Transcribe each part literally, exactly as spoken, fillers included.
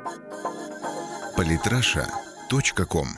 политраша точка ком.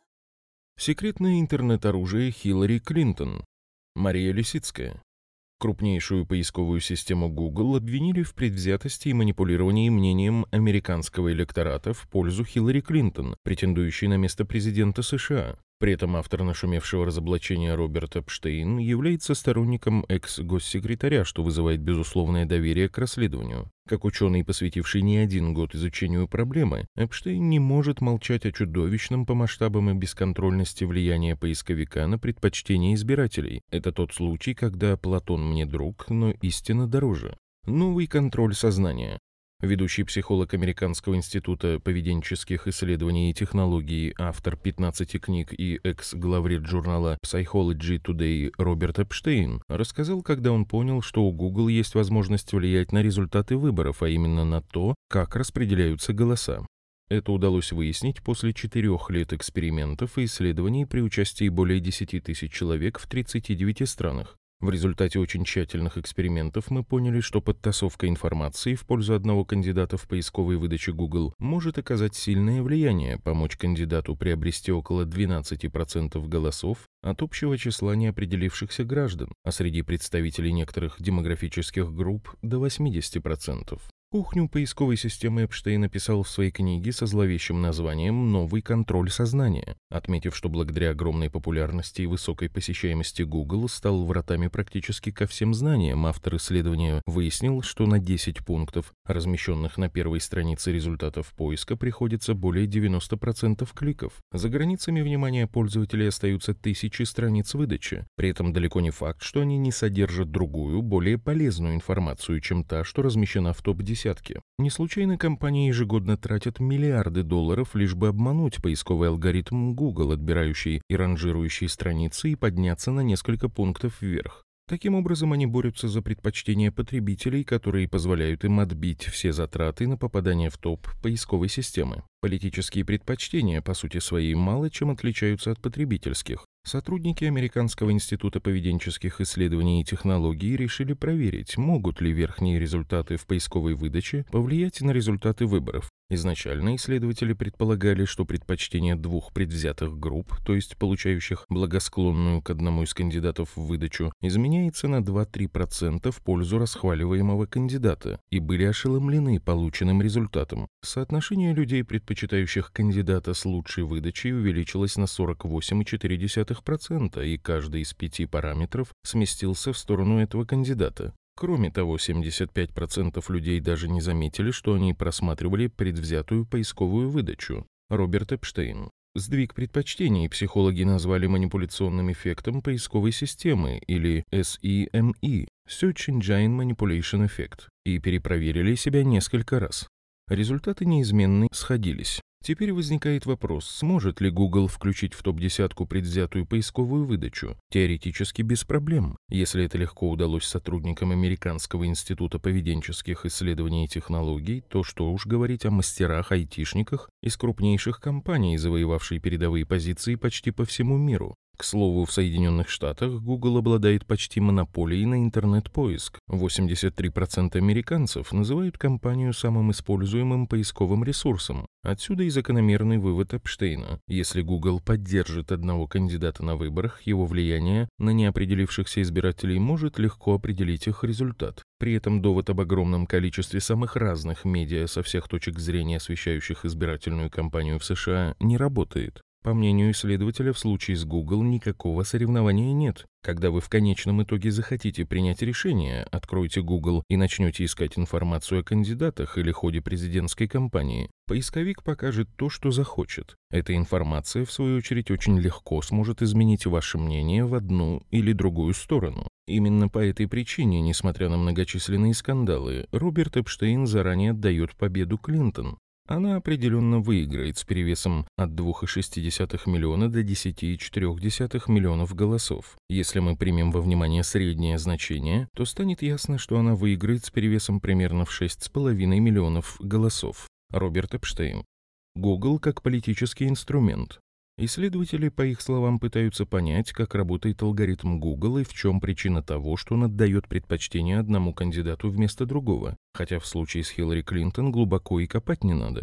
Секретное интернет-оружие Хиллари Клинтон. Мария Лисицкая. Крупнейшую поисковую систему Google обвинили в предвзятости и манипулировании мнением американского электората в пользу Хиллари Клинтон, претендующей на место президента США. При этом автор нашумевшего разоблачения Роберт Эпштейн является сторонником экс-госсекретаря, что вызывает безусловное доверие к расследованию. Как ученый, посвятивший не один год изучению проблемы, Эпштейн не может молчать о чудовищном по масштабам и бесконтрольности влияния поисковика на предпочтения избирателей. Это тот случай, когда Платон мне друг, но истина дороже. Новый контроль сознания. Ведущий психолог Американского института поведенческих исследований и технологий, автор пятнадцати книг и экс-главред журнала Psychology Today Роберт Эпштейн рассказал, когда он понял, что у Google есть возможность влиять на результаты выборов, а именно на то, как распределяются голоса. Это удалось выяснить после четырех лет экспериментов и исследований при участии более десяти тысяч человек в тридцати девяти странах. В результате очень тщательных экспериментов мы поняли, что подтасовка информации в пользу одного кандидата в поисковой выдаче Google может оказать сильное влияние, помочь кандидату приобрести около двенадцати процентов голосов от общего числа неопределившихся граждан, а среди представителей некоторых демографических групп до восьмидесяти процентов. Кухню поисковой системы Эпштейн написал в своей книге со зловещим названием «Новый контроль сознания», отметив, что благодаря огромной популярности и высокой посещаемости Google стал вратами практически ко всем знаниям. Автор исследования выяснил, что на десять пунктов, размещенных на первой странице результатов поиска, приходится более девяноста процентов кликов. За границами внимания пользователей остаются тысячи страниц выдачи. При этом далеко не факт, что они не содержат другую, более полезную информацию, чем та, что размещена в топ десять. Не случайно компании ежегодно тратят миллиарды долларов, лишь бы обмануть поисковый алгоритм Google, отбирающий и ранжирующий страницы, и подняться на несколько пунктов вверх. Таким образом, они борются за предпочтения потребителей, которые позволяют им отбить все затраты на попадание в топ поисковой системы. Политические предпочтения, по сути своей, мало чем отличаются от потребительских. Сотрудники Американского института поведенческих исследований и технологий решили проверить, могут ли верхние результаты в поисковой выдаче повлиять на результаты выборов. Изначально исследователи предполагали, что предпочтение двух предвзятых групп, то есть получающих благосклонную к одному из кандидатов в выдачу, изменяется на два-три процента в пользу расхваливаемого кандидата, и были ошеломлены полученным результатом. Соотношение людей, предпочитающих кандидата с лучшей выдачей, увеличилось на сорок восемь целых четыре десятых процента, и каждый из пяти параметров сместился в сторону этого кандидата. Кроме того, семьдесят пять процентов людей даже не заметили, что они просматривали предвзятую поисковую выдачу. Роберт Эпштейн. Сдвиг предпочтений психологи назвали манипуляционным эффектом поисковой системы, или эс и эм и – Search Engine Manipulation Effect, и перепроверили себя несколько раз. Результаты неизменно сходились. Теперь возникает вопрос, сможет ли Google включить в топ-десятку предвзятую поисковую выдачу? Теоретически без проблем. Если это легко удалось сотрудникам Американского института поведенческих исследований и технологий, то что уж говорить о мастерах-айтишниках из крупнейших компаний, завоевавших передовые позиции почти по всему миру. К слову, в Соединенных Штатах Google обладает почти монополией на интернет-поиск. восемьдесят три процента американцев называют компанию самым используемым поисковым ресурсом. Отсюда и закономерный вывод Эпштейна. Если Google поддержит одного кандидата на выборах, его влияние на неопределившихся избирателей может легко определить их результат. При этом довод об огромном количестве самых разных медиа со всех точек зрения, освещающих избирательную кампанию в США, не работает. По мнению исследователя, в случае с Google никакого соревнования нет. Когда вы в конечном итоге захотите принять решение, откройте Google и начнете искать информацию о кандидатах или ходе президентской кампании, поисковик покажет то, что захочет. Эта информация, в свою очередь, очень легко сможет изменить ваше мнение в одну или другую сторону. Именно по этой причине, несмотря на многочисленные скандалы, Роберт Эпштейн заранее отдает победу Клинтон. Она определенно выиграет с перевесом от двух целых шести десятых миллиона до десяти целых четырёх десятых миллионов голосов. Если мы примем во внимание среднее значение, то станет ясно, что она выиграет с перевесом примерно в шесть целых пять десятых миллионов голосов. Роберт Эпштейн. Google как политический инструмент. Исследователи, по их словам, пытаются понять, как работает алгоритм Google и в чем причина того, что он отдает предпочтение одному кандидату вместо другого, хотя в случае с Хиллари Клинтон глубоко и копать не надо. К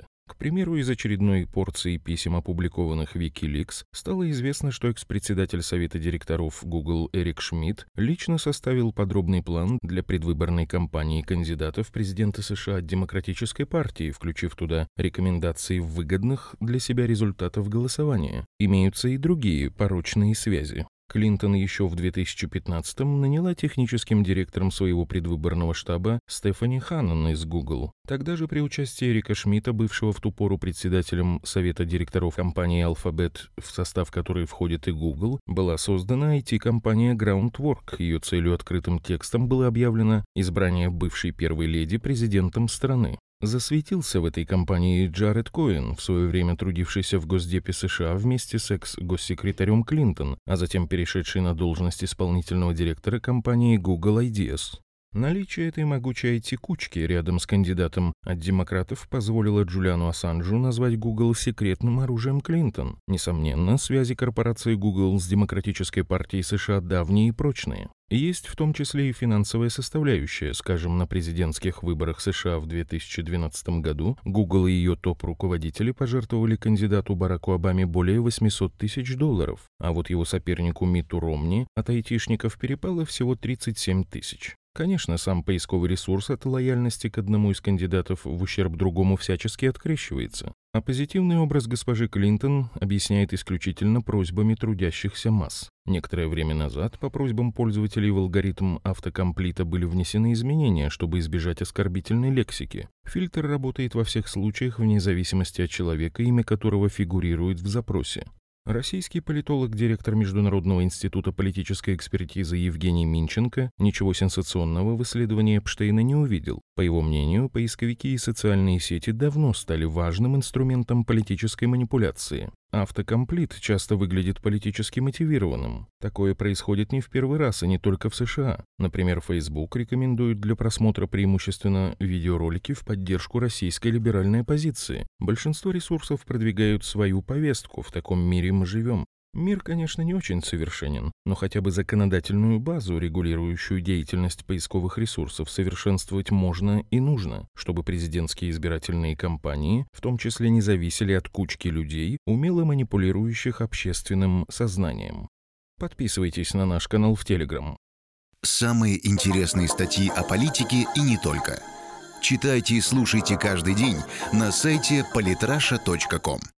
примеру, из очередной порции писем, опубликованных в WikiLeaks, стало известно, что экс-председатель Совета директоров Google Эрик Шмидт лично составил подробный план для предвыборной кампании кандидатов в президенты США от Демократической партии, включив туда рекомендации выгодных для себя результатов голосования. Имеются и другие порочные связи. Клинтон еще в две тысячи пятнадцатом наняла техническим директором своего предвыборного штаба Стефани Ханнон из Google. Тогда же при участии Эрика Шмидта, бывшего в ту пору председателем Совета директоров компании Alphabet, в состав которой входит и Google, была создана ай ти-компания Groundwork. Ее целью открытым текстом было объявлено избрание бывшей первой леди президентом страны. Засветился в этой компании Джаред Коэн, в свое время трудившийся в Госдепе США вместе с экс-госсекретарем Клинтон, а затем перешедший на должность исполнительного директора компании Google ай ди эс. Наличие этой могучей ай ти-кучки рядом с кандидатом от демократов позволило Джулиану Ассанжу назвать Google секретным оружием Клинтон. Несомненно, связи корпорации Google с Демократической партией США давние и прочные. Есть в том числе и финансовая составляющая. Скажем, на президентских выборах США в две тысячи двенадцатом году Google и ее топ-руководители пожертвовали кандидату Бараку Обаме более восемьсот тысяч долларов, а вот его сопернику Митту Ромни от айтишников перепало всего тридцать семь тысяч. Конечно, сам поисковый ресурс от лояльности к одному из кандидатов в ущерб другому всячески открещивается. А позитивный образ госпожи Клинтон объясняет исключительно просьбами трудящихся масс. Некоторое время назад по просьбам пользователей в алгоритм автокомплита были внесены изменения, чтобы избежать оскорбительной лексики. Фильтр работает во всех случаях вне зависимости от человека, имя которого фигурирует в запросе. Российский политолог, директор Международного института политической экспертизы Евгений Минченко ничего сенсационного в исследовании Эпштейна не увидел. По его мнению, поисковики и социальные сети давно стали важным инструментом политической манипуляции. Автокомплит часто выглядит политически мотивированным. Такое происходит не в первый раз и не только в США. Например, Facebook рекомендует для просмотра преимущественно видеоролики в поддержку российской либеральной оппозиции. Большинство ресурсов продвигают свою повестку. В таком мире мы живем. Мир, конечно, не очень совершенен, но хотя бы законодательную базу, регулирующую деятельность поисковых ресурсов, совершенствовать можно и нужно, чтобы президентские избирательные кампании, в том числе, не зависели от кучки людей, умело манипулирующих общественным сознанием. Подписывайтесь на наш канал в Telegram. Самые интересные статьи о политике и не только. Читайте и слушайте каждый день на сайте политраша точка ком.